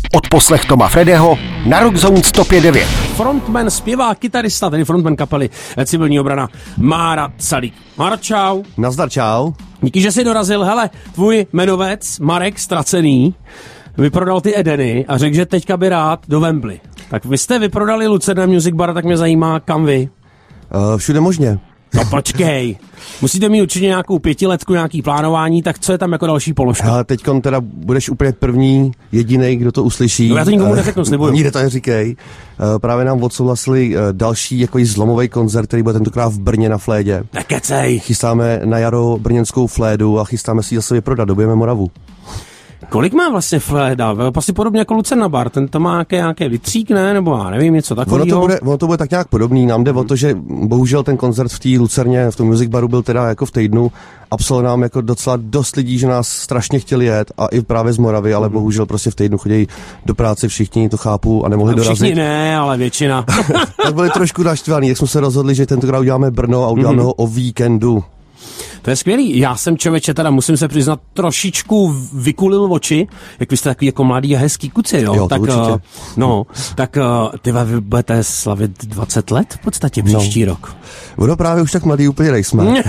Odposlech Toma Fredeho na Rock Zone 105.9. Frontman, zpěvák, kytarista, tedy frontman kapely Civilní obrana Mára Calík. Mára, čau. Nazdar, čau. Díky, že jsi dorazil. Hele, tvůj jmenovec Marek Ztracený vyprodal ty Edeny a řekl, že teďka by rád do Wembley. Tak vy jste vyprodali Lucerna Music Bar, tak mě zajímá, kam vy? Všude možně. No počkej, musíte mít určitě nějakou 5letku, nějaký plánování, tak co je tam jako další položka? Ale teďkon teda budeš úplně první, jedinej, kdo to uslyší. No já to nikomu neřeknu, slibuju. Nikde to neříkej. Právě nám odsouhlasili další jako zlomový koncert, který bude tentokrát v Brně na Flédě. Nekecej. Chystáme na jaro brněnskou Flédu a chystáme si ji zase vyprodat, dobijeme Moravu. Kolik má vlastně Fléda? Asi podobně jako Lucerna Bar, ten to má nějaké vytřík, ne? Nebo já nevím, něco takového. Ono to bude tak nějak podobný. Nám jde o to, že bohužel ten koncert v té Lucerně, v tom Music Baru byl teda jako v týdnu. Absolvoval nám jako docela dost lidí, že nás strašně chtěli jet a i právě z Moravy, ale bohužel prostě v týdnu chodí do práce všichni, to chápu a nemohli dorazit. Všichni ne, ale většina. Tak byli trošku naštvaný, jak jsme se rozhodli, že tentokrát uděláme Brno a uděláme ho o víkendu. To je skvělý. Já jsem, člověče, teda musím se přiznat, trošičku vykulil oči, jak vy jste takový jako mladý a hezký kuci, jo? Jo, tak, tak ty budete slavit 20 let v podstatě příští rok. Ono právě už tak mladý úplně nejsme.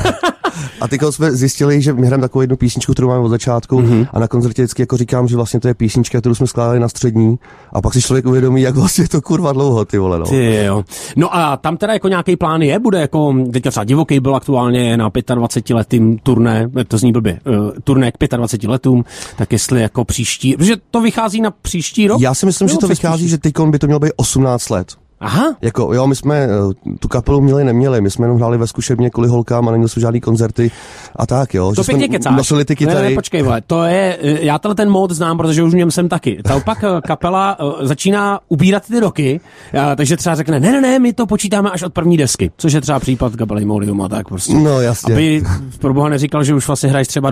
A teď jsme zjistili, že my hrajeme takovou jednu písničku, kterou máme od začátku a na koncertě vždycky jako říkám, že vlastně to je písnička, kterou jsme skládali na střední a pak si člověk uvědomí, jak vlastně to kurva dlouho, ty vole, no. Ty jo. No a tam teda jako nějaký plán je, bude jako, teďka třeba Divoký byl aktuálně na 25letým turné, to zní blbě, turné k 25 letům, tak jestli jako příští, protože to vychází na příští rok? Já si myslím, že to vychází, že teďkon by to mělo být 18 let. Aha. Jako, jo, my jsme tu kapelu neměli, my jsme jenom hráli ve zkušebně kvůli holkám a neměli jsme žádný koncerty a tak, jo. To že pěkně jsme kecáš. nosili ty kytary. Ne, počkej, vole, to je, já ten mód znám, protože už v něm jsem taky. Ta opak kapela začíná ubírat ty roky, takže třeba řekne, ne, my to počítáme až od první desky, což je třeba případ kapely Molium a tak prostě. No, jasně. Aby pro boha neříkal, že už vlastně hraješ třeba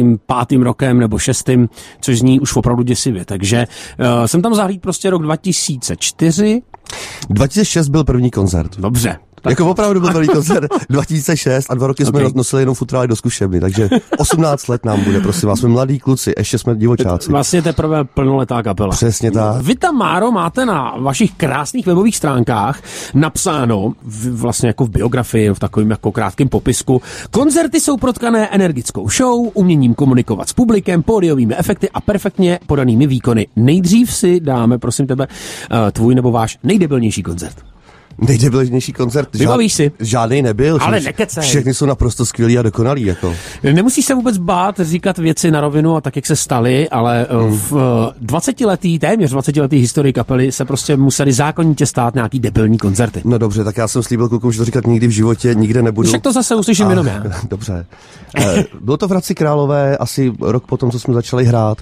25. rokem nebo 6., což zní už opravdu děsivě, takže jsem tam zahlíd prostě rok 2004. 2006 byl první koncert. Dobře. Tak. Jako opravdu byl první koncert 2006 a 2 roky jsme nosili jenom futrály do zkušebny, takže 18 let nám bude, prosím vás, jsme mladí kluci, ještě jsme divočáci. Vlastně teprve plnoletá kapela. Přesně tak. Vy tam, Máro, máte na vašich krásných webových stránkách napsáno, vlastně jako v biografii, v takovém jako krátkém popisku, koncerty jsou protkané energickou show, uměním komunikovat s publikem, pódiovými efekty a perfektně podanými výkony. Nejdřív si dáme, prosím tebe, tvůj nebo váš nejdebilnější koncert. Nejdebilnější koncert. Vybavíš si? Žádný nebyl. Ale nekecej. Všechny jsou naprosto skvělý a dokonalý. Jako. Nemusíš se vůbec bát říkat věci na rovinu a tak, jak se staly, ale v 20letý, téměř 20letý historii kapely se prostě museli zákonitě stát nějaký debilní koncerty. No dobře, tak já jsem slíbil klukům, že to říkat nikdy v životě, nikde nebudu. Však to zase uslyším jenom já. Dobře. Bylo to v Hradci Králové asi rok potom, co jsme začali hrát.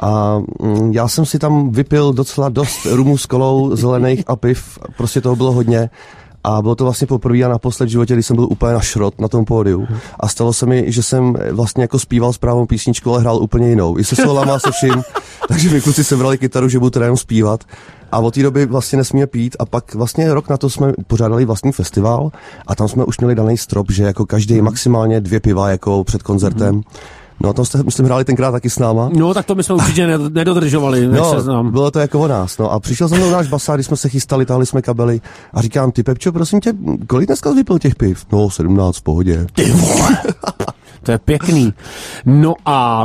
A já jsem si tam vypil docela dost rumů s kolou, zelených a piv, prostě toho bylo hodně. A bylo to vlastně poprvé a naposled v životě, když jsem byl úplně na šrot na tom pódiu. A stalo se mi, že jsem vlastně jako zpíval správnou písničku, ale hrál úplně jinou. I se solama, se vším. Takže mi kluci sebrali kytaru, že budu teda jenom zpívat. A od té doby vlastně nesmíme pít. A pak vlastně rok na to jsme pořádali vlastní festival a tam jsme už měli daný strop, že jako každý maximálně 2 piva jako před koncertem. No, tam jste, myslím, hráli tenkrát taky s náma. No, tak to my jsme určitě nedodržovali, než se znám. Bylo to jako o nás, no. A přišel za mnou náš basár, když jsme se chystali, tahli jsme kabely a říkám, ty Pepčo, prosím tě, kolik dneska vypil těch piv? No, 17, v pohodě. Ty vole. To je pěkný. No a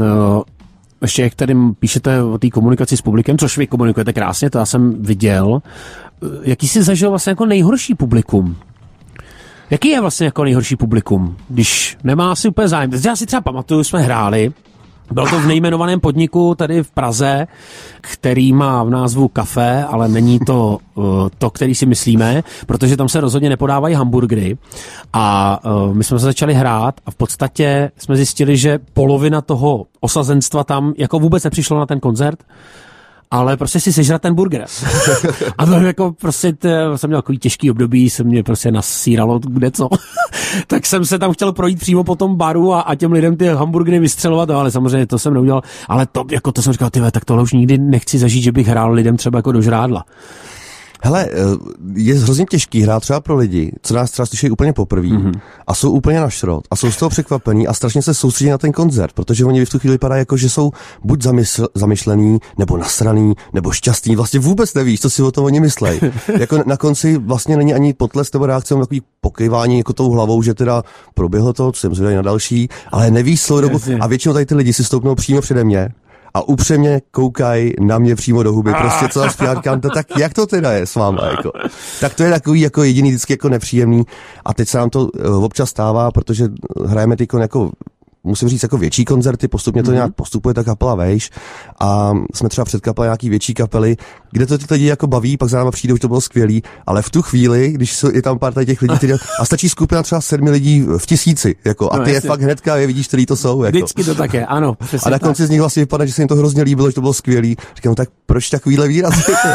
ještě jak tady píšete o té komunikaci s publikem, což vy komunikujete krásně, to já jsem viděl. Jaký jsi zažil vlastně jako nejhorší publikum? Jaký je vlastně jako nejhorší publikum, když nemá asi úplně zájem? Já si třeba pamatuju, jsme hráli, bylo to v nejmenovaném podniku tady v Praze, který má v názvu kafe, ale není to to, který si myslíme, protože tam se rozhodně nepodávají hamburgery a my jsme se začali hrát a v podstatě jsme zjistili, že polovina toho osazenstva tam jako vůbec nepřišlo na ten koncert, ale prostě si sežrat ten burger. A to jako prostě, jsem měl takový těžký období, se mě prostě nasíralo kde co. Tak jsem se tam chtěl projít přímo po tom baru a těm lidem ty hamburgery vystřelovat, ale samozřejmě to jsem neudělal. Ale to, jako to jsem říkal, tak tohle už nikdy nechci zažít, že bych hrál lidem třeba jako do žrádla. Hele, je hrozně těžký hrát třeba pro lidi, co nás třeba slyší úplně poprvé a jsou úplně na šrot a jsou z toho překvapení a strašně se soustředí na ten koncert, protože oni v tu chvíli vypadají jako, že jsou buď zamyšlený, nebo nasraný, nebo šťastný, vlastně vůbec nevíš, co si o tom oni myslejí. Jako na konci vlastně není ani potlesk nebo reakce, takový pokývání jako tou hlavou, že teda proběhlo to, co jsem zvědavý na další, ale nevíš celou dobu a většinou tady ty lidi si stoupnou přímo přede mě a upřemně koukají na mě přímo do huby. Prostě co zpívat, říkám, tak jak to teda je s váma, jako. Tak to je takový jako jediný vždycky jako nepříjemný a teď se nám to občas stává, protože hrajeme teď jako musím říct, jako větší koncerty, postupně to nějak postupuje ta kapela vejš a jsme třeba před kapelou nějaký větší kapely, kde to ty lidi jako baví, pak za náma přijde, už to bylo skvělý, ale v tu chvíli, když je tam pár těch lidí, a stačí skupina třeba 7 lidí v 1000, jako, a ty je fakt hnedka, je vidíš, který to jsou. Jako. Vždycky to tak je, ano. A na konci z nich vlastně vypadá, že se jim to hrozně líbilo, že to bylo skvělý. Říkám, no tak proč takovýhle výraz?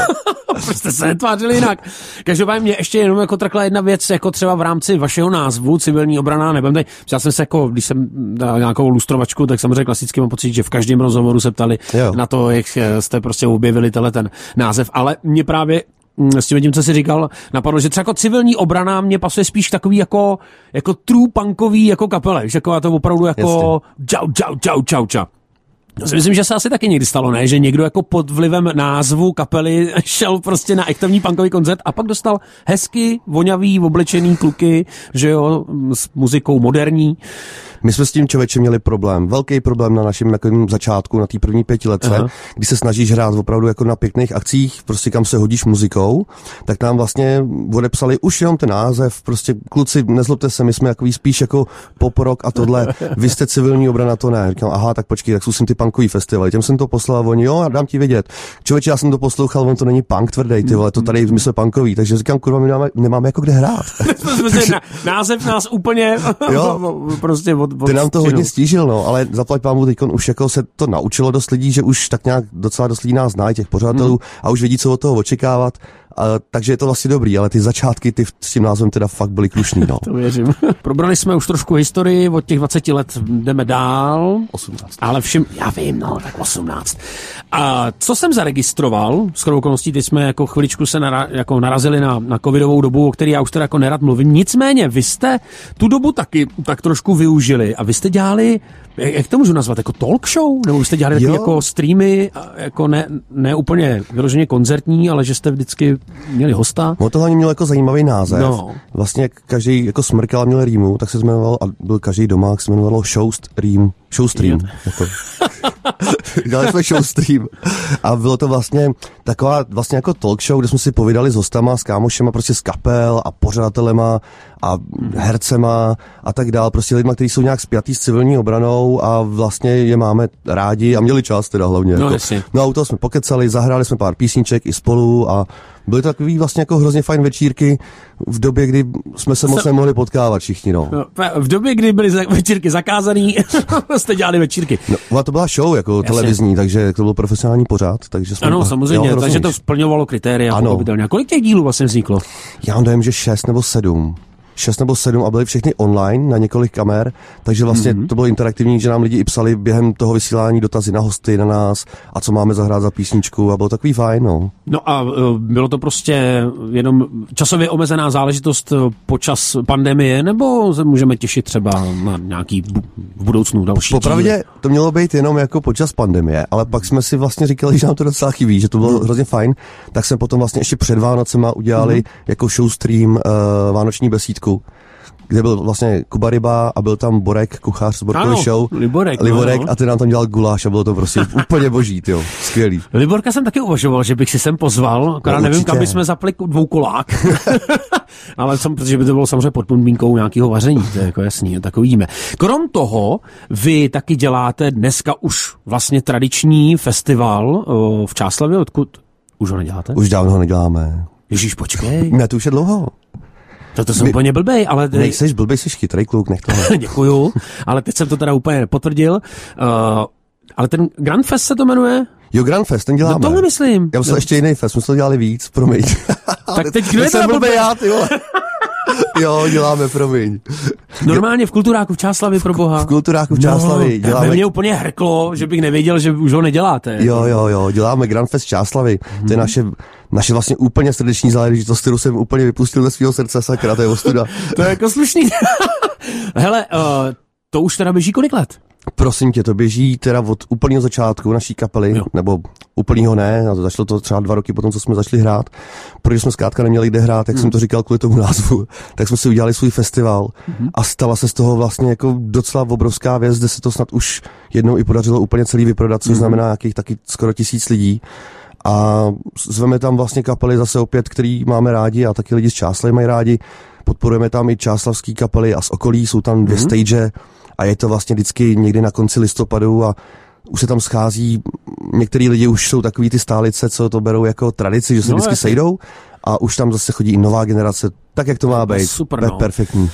Jste se netvářili jinak. Každopádně mě ještě jenom jako trkla jedna věc, jako třeba v rámci vašeho názvu civilní obrana, nebudem tady. Já jsem se jako, když jsem dal nějakou lustrovačku, tak samozřejmě klasicky mám pocit, že v každém rozhovoru se ptali na to, jak jste prostě objevili ten název, ale mě právě s tím, co jsi říkal, napadlo, že třeba jako civilní obrana mě pasuje spíš takový jako true punkový jako kapele, že jako to opravdu jako čau. No si myslím, že se asi taky někdy stalo, ne? Že někdo jako pod vlivem názvu kapely šel prostě na aktivní punkový koncert a pak dostal hezky, vonavý, oblečený kluky, že jo, s muzikou moderní. My jsme s tím člověčem měli problém, velký problém na našem začátku, na té první 5 letce, kdy se snažíš hrát opravdu jako na pěkných akcích, prostě kam se hodíš muzikou, tak nám vlastně odepsali už jenom ten název, prostě kluci, nezlobte se, my jsme takový spíš jako pop rock a tohle, vy jste civilní obrana, to ne. Říkám, aha, tak počkej, tak jsou ty punkový festivaly, těm jsem to poslal, oni, jo, dám ti vědět. Člověče, já jsem to poslouchal, on to není punk tvrdý, ty vole, to tady my jsme punkový, takže říkám, kurva, my nemáme jako kde hrát. Název nás úplně prostě ty nám to hodně stížil, no, ale zaplať pámu teďkon už jako se to naučilo dost lidí, že už tak nějak docela dost lidí nás zná, těch pořadatelů a už vědí, co od toho očekávat. Takže je to vlastně dobrý, ale ty začátky s tím názvem teda fakt byly krušný, no. To věřím. Probrali jsme už trošku historii, od těch 20 let jdeme dál. 18. Ale já vím, no, tak 18. A co jsem zaregistroval, shodou okolností, teď jsme jako chviličku se narazili na covidovou dobu, o které já už teda jako nerad mluvím. Nicméně, vy jste tu dobu taky tak trošku využili a vy jste dělali, jak to můžu nazvat, jako talk show? Nebo vy jste dělali takové jako streamy, jako ne úplně vyloženě koncertní, ale že jste vždycky měli hosta? No to hlavně mělo jako zajímavý název. No. Vlastně každý jako smrkal měl rýmu, tak se jmenovalo, a byl každý doma, jak se jmenovalo Showstream. Jako. Dělali jsme Showstream. A bylo to vlastně taková vlastně jako talk show, kde jsme si povídali s hostama, s kámošema, prostě z kapel a pořadatelema a hercema a tak dál. Prostě lidma, kteří jsou nějak spjatý s civilní obranou a vlastně je máme rádi a měli čas teda hlavně. No, jako. No a u toho jsme pokecali, zahráli jsme pár písniček i spolu a byly to takový vlastně jako hrozně fajn večírky v době, kdy jsme se moc nemohli potkávat všichni, no. V době, kdy byly večírky zakázaný, jste dělali večírky. No, to byla show jako televizní, takže to byl profesionální pořad, takže jsme... Ano, samozřejmě, takže to splňovalo kritéria pochopitelně. A kolik těch dílů vlastně vzniklo? Já mám dojem, že 6 nebo 7 a byly všechny online na několik kamer, takže vlastně to bylo interaktivní, že nám lidi i psali během toho vysílání dotazy na hosty, na nás a co máme zahrát za písničku a bylo takový fajn, no. No a bylo to prostě jenom časově omezená záležitost počas pandemie, nebo se můžeme těšit třeba na nějaký v budoucnu další Popravdě to mělo být jenom jako počas pandemie, ale pak jsme si vlastně říkali, že nám to docela chybí, že to bylo hrozně fajn, tak jsme potom vlastně ještě před Vánocema udělali jako showstream vánoční besídku, kde byl vlastně Kuba Ryba a byl tam Borek, kuchař z Borkovy show. Liborek, a ty nám tam dělal guláš a bylo to prostě úplně boží, tyjo, skvělý. Liborka jsem taky uvažoval, že bych si sem pozval, akorát nevím, kam bychom zapli dvoukolák. Ale protože by to bylo samozřejmě pod podmínkou nějakého vaření, to je jako jasný, tak uvidíme. Krom toho, vy taky děláte dneska už vlastně tradiční festival v Čáslavi, odkud už ho neděláte? Už dávno ho neděláme. Ježíš, počkej. Ne, to už je dlouho. To jsem úplně blbej, ale... Nejseš blbej, jsi chytrý kluk, nech toho. Děkuju, ale teď jsem to teda úplně potvrdil. Ale ten Grand Fest se to jmenuje? Jo, Grand Fest, ten děláme. No tohle myslím. Já myslel ještě jiný fest, jsme to dělali víc, promiň. Tak teď kdo je teda blbej já, ty vole. Jo, děláme, promiň. Normálně v Kulturáku v Čáslavi, pro boha. V Kulturáku v Čáslavi děláme... Ve mě úplně hrklo, že bych nevěděl, že už ho neděláte. Jo, děláme Grand Fest Čáslavy. To je naše vlastně úplně srdeční záležitost, kterou jsem úplně vypustil ze svého srdce, sakra, to je ostuda. To je jako slušný. Hele, to už teda běží kolik let? Prosím tě, to běží teda od úplného začátku naší kapely, nebo úplného ne, a to začalo to třeba 2 roky potom, co jsme začali hrát, protože jsme zkrátka neměli kde hrát, jak jsem to říkal kvůli tomu názvu, tak jsme si udělali svůj festival a stala se z toho vlastně jako docela obrovská věc, kde se to snad už jednou i podařilo úplně celý vyprodat, což znamená nějakých taky skoro 1000 lidí. A zveme tam vlastně kapely zase opět, který máme rádi a taky lidi z Čáslavy mají rádi. Podporujeme tam i čáslavský kapely a z okolí, jsou tam 2 stage a je to vlastně vždycky někdy na konci listopadu a už se tam schází, některý lidi už jsou takový ty stálice, co to berou jako tradici, že se vždycky sejdou a už tam zase chodí i nová generace, tak jak to má být. Super, perfektní.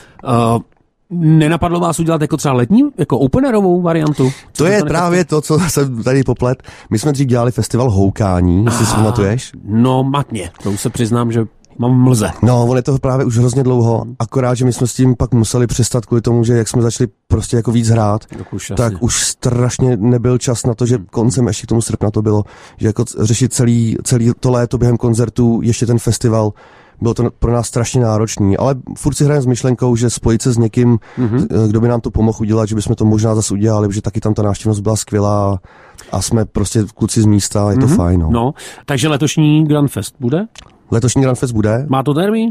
Nenapadlo vás udělat jako třeba letní, jako openerovou variantu? To je právě to, co jsem tady poplet. My jsme dřív dělali festival houkání, jestli si pamatuješ? No matně, to už se přiznám, že mám mlze. No, on je to právě už hrozně dlouho, akorát, že my jsme s tím pak museli přestat kvůli tomu, že jak jsme začali prostě jako víc hrát, tak už strašně nebyl čas na to, že koncem ještě k tomu srpna to bylo, že jako řešit celý to léto během koncertů, ještě ten festival, bylo to pro nás strašně náročný, ale furt si hrajeme s myšlenkou, že spojit se s někým, kdo by nám to pomohl udělat, že bychom to možná zase udělali, protože taky tam ta návštěvnost byla skvělá a jsme prostě kluci z místa, je to fajn. No, takže letošní Grand Fest bude? Letošní Grand Fest bude. Má to termín?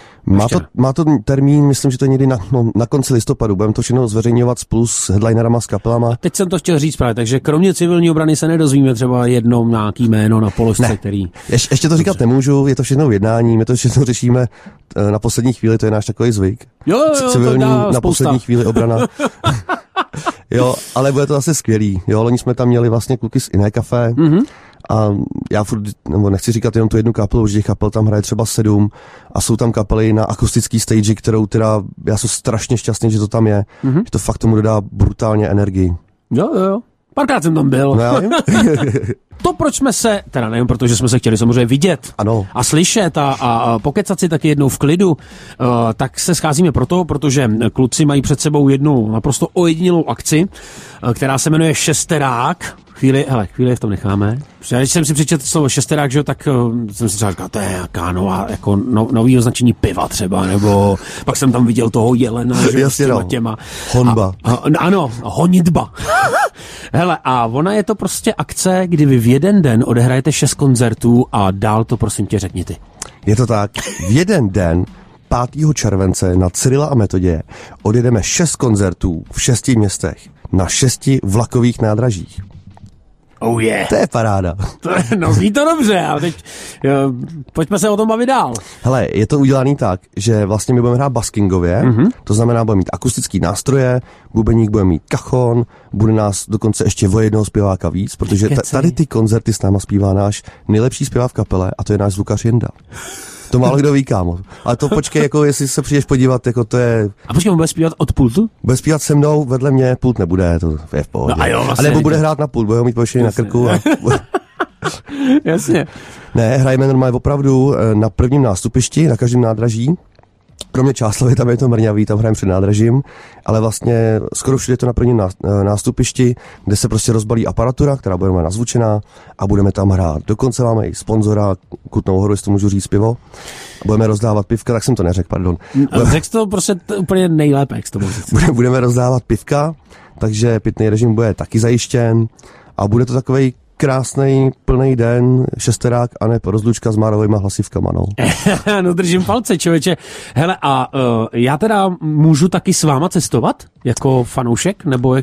Má to termín, myslím, že to je někdy na konci listopadu. Budeme to všechno zveřejňovat spolu s headlinerama, s kapelama. Teď jsem to chtěl říct právě, takže kromě civilní obrany se nedozvíme třeba jednou nějaký jméno na položce, který... Ještě to říkat nemůžu, je to všechno v jednání, my to všechno řešíme na poslední chvíli, to je náš takový zvyk. Jo, civilní to na poslední chvíli obrana. Jo, ale bude to zase skvělý. Jo, loni jsme tam měli vlastně kluky z Iné Café. A já furt, nebo nechci říkat jenom tu jednu kapelu, že těch kapel tam hraje třeba 7 a jsou tam kapely na akustický stage, kterou teda, já jsem strašně šťastný, že to tam je, že to fakt tomu dodá brutálně energii. Jo. Párkrát jsem tam byl. No já vím. To, proč jsme se, teda nevím, protože jsme se chtěli samozřejmě vidět a slyšet a pokecat si taky jednou v klidu, tak se scházíme proto, protože kluci mají před sebou jednu naprosto ojedinělou akci, která se jmenuje Šesterák. Chvíli v tom necháme. Když jsem si přečetl slovo šesterák, že, tak jsem si říkal, to je jaká nová, jako nový označení piva třeba, nebo pak jsem tam viděl toho jelena, že, jasně, s těma. Honba. Ano, honitba. Hele, a ona je to prostě akce, kdy vy v jeden den odehrajete 6 koncertů a dál to prosím tě řekni ty. Je to tak. V jeden den 5. července na Cyrila a Metodě odjedeme 6 koncertů v 6 městech na 6 vlakových nádražích. Oh yeah. To je paráda. No zní to dobře, a teď pojďme se o tom bavit dál. Hele, je to udělaný tak, že vlastně my budeme hrát baskingově, to znamená, budeme mít akustický nástroje, bubeník bude mít kachon, bude nás dokonce ještě o jednoho zpěváka víc, protože tady ty koncerty s náma zpívá náš nejlepší zpěvák v kapele a to je náš zvukař Jenda. To málo kdo ví, kámo. Ale to počkej, jako jestli se přijdeš podívat, jako to je... A počkej, bude zpívat od pultu? Bude zpívat se mnou, vedle mě, pult nebude, to je v pohodě. No a jo, vlastně. A nebo bude hrát na pult, bude ho mít pověšený na krku. A... Jasně. Ne, hrajeme normálně opravdu na prvním nástupišti, na každém nádraží. Kromě Čáslavy, tam je to mrňavý, tam hrajeme před nádražím, ale vlastně skoro všude je to na prvním nástupišti, kde se prostě rozbalí aparatura, která bude nazvučená a budeme tam hrát. Dokonce máme i sponzora, Kutnou Horu, jestli to můžu říct, pivo. Budeme rozdávat pivka, tak jsem to neřekl, pardon. Řekl to prostě úplně nejlépe, jak to budeme rozdávat pivka, takže pitný režim bude taky zajištěn a bude to takovej krásnej, plný den, šesterák a ne rozlučka s Márovejma hlasivkama, no. No držím palce, člověče. Hele, a já teda můžu taky s váma cestovat? Jako fanoušek? Nebo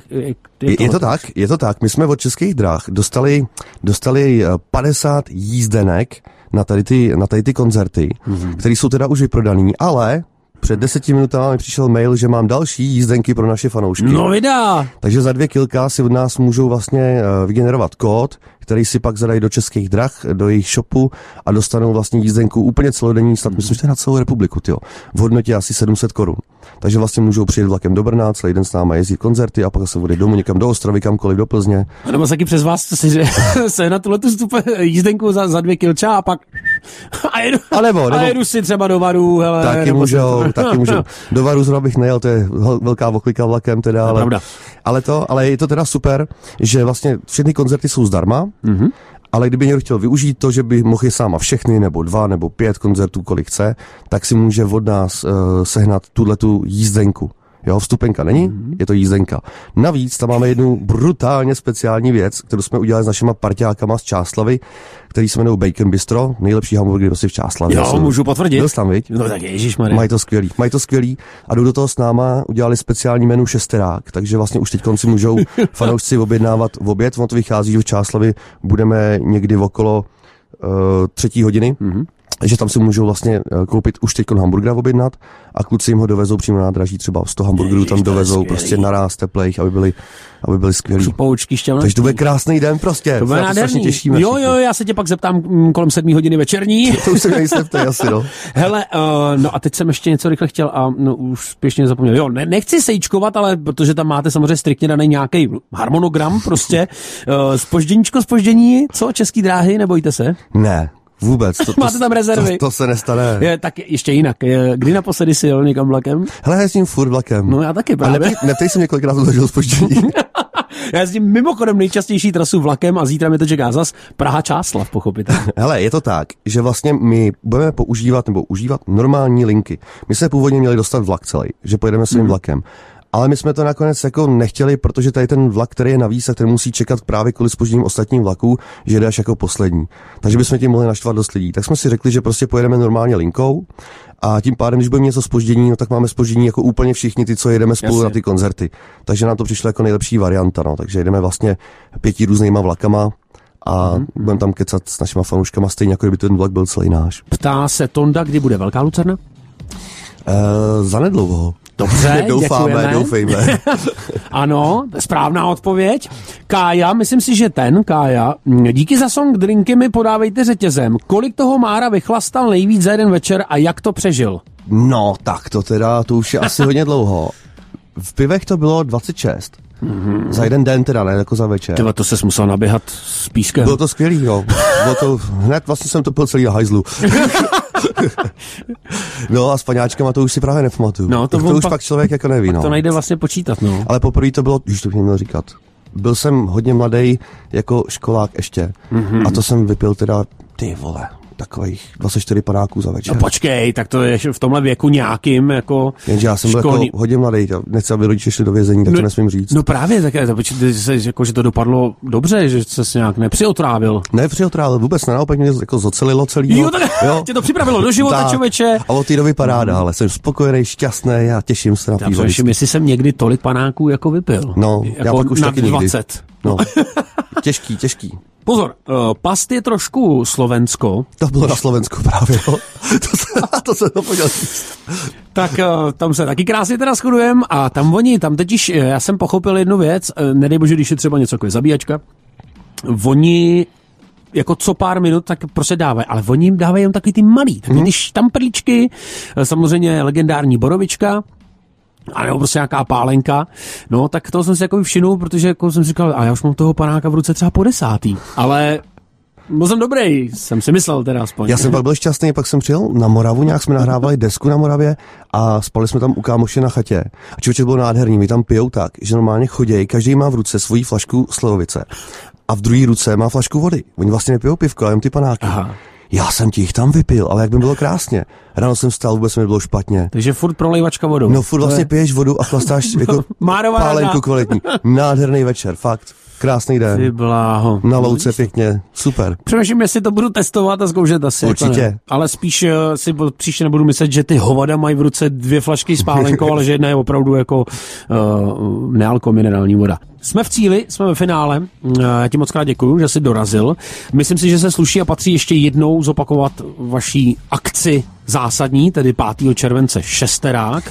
je to tak. My jsme od Českých drah dostali 50 jízdenek na tady ty koncerty, které jsou teda už vyprodaný, ale před 10 minutami mi přišel mail, že mám další jízdenky pro naše fanoušky. No vydá! Takže za 2 kilka si od nás můžou vlastně vygenerovat kód, který si pak zadají do Českých drah, do jejich shopu a dostanou vlastně jízdenku úplně celodenní, snad myslím, že to je na celou republiku, tyjo, v hodnotě asi 700 Kč. Takže vlastně můžou přijet vlakem do Brna, celý den s náma jezdit koncerty a pak se odejít domů někam do Ostravy, kamkoliv do Plzně. A nebo taky přes vás se na tuhletu jízdenku za 2 kilča a pak A jedu si třeba do Varu. Hele, taky můžou. Do Varu zrovna bych nejel, to je velká oklika vlakem teda. Ale je to teda super, že vlastně všechny koncerty jsou zdarma, ale kdyby někdo chtěl využít to, že by mohl je sám a všechny, nebo 2, nebo 5 koncertů, kolik chce, tak si může od nás sehnat tuhletu jízdenku. Jo, vstupenka není, je to jízdenka. Navíc tam máme jednu brutálně speciální věc, kterou jsme udělali s našima parťákama z Čáslavi, který se jmenují Bacon Bistro, nejlepší hamburgery prostě v Čáslavě. Jo, můžu potvrdit. Byl jsi tam, viď? No tak ježišmarja. Mají to skvělý a jdou do toho s náma, udělali speciální menu šesterák, takže vlastně už teď konci můžou fanoušci objednávat v oběd, on to vychází, že v Čáslavi budeme někdy okolo 3 hodiny. že tam si můžou vlastně koupit už teď hamburgera objednat a kluci jim ho dovezou přímo na nádraží, třeba 100 hamburgerů tam dovezou prostě naráz teplejch, aby byli skvělí. Takže to bude krásný den prostě. To bude nádherný. Těšíme. Jo, já se tě pak zeptám kolem 7 hodiny večerní. To už se mě nejsem asi, no. Hele, no a teď jsem ještě něco rychle chtěl a už spěšně zapomněl. Jo, nechci sejčkovat, ale protože tam máte samozřejmě striktně daný nějaký harmonogram prostě. Zpoždění, co? Český dráhy, nebojte se? Ne. Vůbec. Máte tam rezervy. To se nestane. Tak ještě jinak. Kdy naposledy si jel někam vlakem? Hele, já jezdím furt vlakem. No já taky právě. Neptej se mě, kolikrát to zažil zpoždění. Já jezdím mimochodem nejčastější trasu vlakem a zítra mi to čeká zas Praha-Čáslav, pochopitelně. Hele, je to tak, že vlastně my budeme užívat normální linky. My jsme původně měli dostat vlak celý, že pojedeme svým vlakem. Ale my jsme to nakonec jako nechtěli, protože tady ten vlak, který je navíc a který musí čekat právě kvůli zpožděním ostatních vlaků, že jde až jako poslední. Takže bychom tím mohli naštvat dost lidí. Tak jsme si řekli, že prostě pojedeme normálně linkou a tím pádem, když bude něco zpoždění, no tak máme zpoždění jako úplně všichni ty, co jedeme spolu na ty koncerty. Takže nám to přišlo jako nejlepší varianta, no. Takže jedeme vlastně 5 různýma vlakama a budeme tam kecat s našima fanouškama stejně, jako kdyby ten vlak byl celý náš. Ptá se Tonda, kdy bude Velká Lucerna? Zanedlouho. Dobře, doufejme. Ano, správná odpověď. Kája, myslím si, že Kája, díky za song Drinky mi podávejte řetězem. Kolik toho Mára vychlastal nejvíc za jeden večer a jak to přežil? No, tak to už je asi hodně dlouho. V pivech to bylo 26. Za jeden den teda, ne jako za večer. Tyhle, to ses musel naběhat s pískem. Bylo to skvělý, jo. Bylo to, hned vlastně jsem to pil celý na hajzlu. No a s paňáčkama to už si právě nepamatuju. No, to už pak člověk jako neví, no. To nejde vlastně počítat, no. Ale poprvé to bylo, už to bych neměl říkat. Byl jsem hodně mladý jako školák ještě. A to jsem vypil teda, ty vole, takových 24 panáků za večer. No počkej, tak to je v tomhle věku nějakým jako jenže já jsem byl jako hodně mladý, nechci, aby rodiče šli do vězení, tak to nesmím říct. No právě, tak jako, že to dopadlo dobře, že ses nějak nepřiotrávil. Nepřiotrávil, vůbec ne, naopak mě jako zocelilo celý. Jo, tak tě to připravilo do života, člověče. A od té doby paráda, ale jsem spokojený, šťastný a těším se na pívání. Jestli jsem někdy tolik panáků jako vypil. No, jako já pak už taky 20. Nikdy. No. Těžký. Pozor, Past je trošku Slovensko. To bylo na Slovensku právě, jo. To se to podělal. Tak tam se taky krásně teda shodujeme a tam totiž, já jsem pochopil jednu věc, nedej bože, když je třeba něco jako zabíjačka, oni jako co pár minut tak prostě dávají, ale oni jim dávají jen takový ty malý, takový ty štamprlíčky, samozřejmě legendární borovička, a nebo prostě nějaká pálenka, no tak toho jsem si jako všimnul, protože jako jsem říkal, a já už mám toho panáka v ruce třeba po 10. Ale byl jsem dobrý, jsem si myslel teda aspoň. Já jsem pak byl šťastný, pak jsem přijel na Moravu, nějak jsme nahrávali desku na Moravě a spali jsme tam u kámoše na chatě. A člověče bylo nádherný, my tam pijou tak, že normálně chodějí, každý má v ruce svoji flašku slivovice a v druhé ruce má flašku vody. Oni vlastně nepijou pivko, ale jen ty panáky. Aha. Já jsem ti jich tam vypil, ale jak by bylo krásně. Ráno jsem vstal, vůbec mi bylo špatně. Takže furt prolejvačka vodou. No furt vlastně piješ vodu a chlastáš jako pálenku kvalitní. Nádherný večer, fakt. Krásný den. Ty bláho. Na louce pěkně, super. Přemýšlím, jestli to budu testovat a zkoušet asi. Určitě. Ale spíš si příště nebudu myslet, že ty hovada mají v ruce 2 flašky s pálenkou, ale že jedna je opravdu jako minerální voda. Jsme v cíli, jsme ve finále. Já ti moc krát děkuju, že jsi dorazil. Myslím si, že se sluší a patří ještě jednou zopakovat vaší akci zásadní, tedy 5. července šesterák.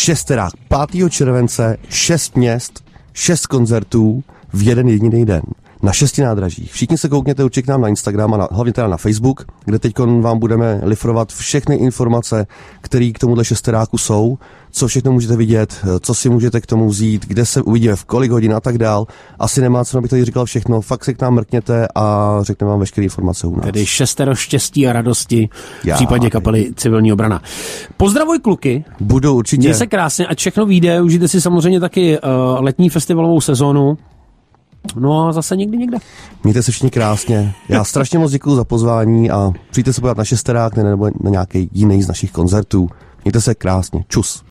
5. července 6 měst, 6 koncertů v jeden jediný den. na 6 nádražích. Všichni se koukněte určitě k nám na Instagram a hlavně teda na Facebook, kde teď vám budeme lifrovat všechny informace, které k tomuhle šesteráku jsou, co všechno můžete vidět, co si můžete k tomu vzít, kde se uvidíme, v kolik hodin a tak dál. Asi nemá co, abych tady říkal všechno, fakt se k nám mrkněte a řekneme vám veškeré informace u nás. Tedy 6 štěstí a radosti v případě kapely Civilní obrana. Pozdravuj kluky. Budu určitě. Měj se krásně, ať všechno vyjde, užijte si samozřejmě taky letní festivalovou sezónu. No a zase někde. Mějte se všichni krásně. Já strašně moc děkuju za pozvání a přijďte se podívat na šesterák nebo na nějaký jiný z našich koncertů. Mějte se krásně. Čus.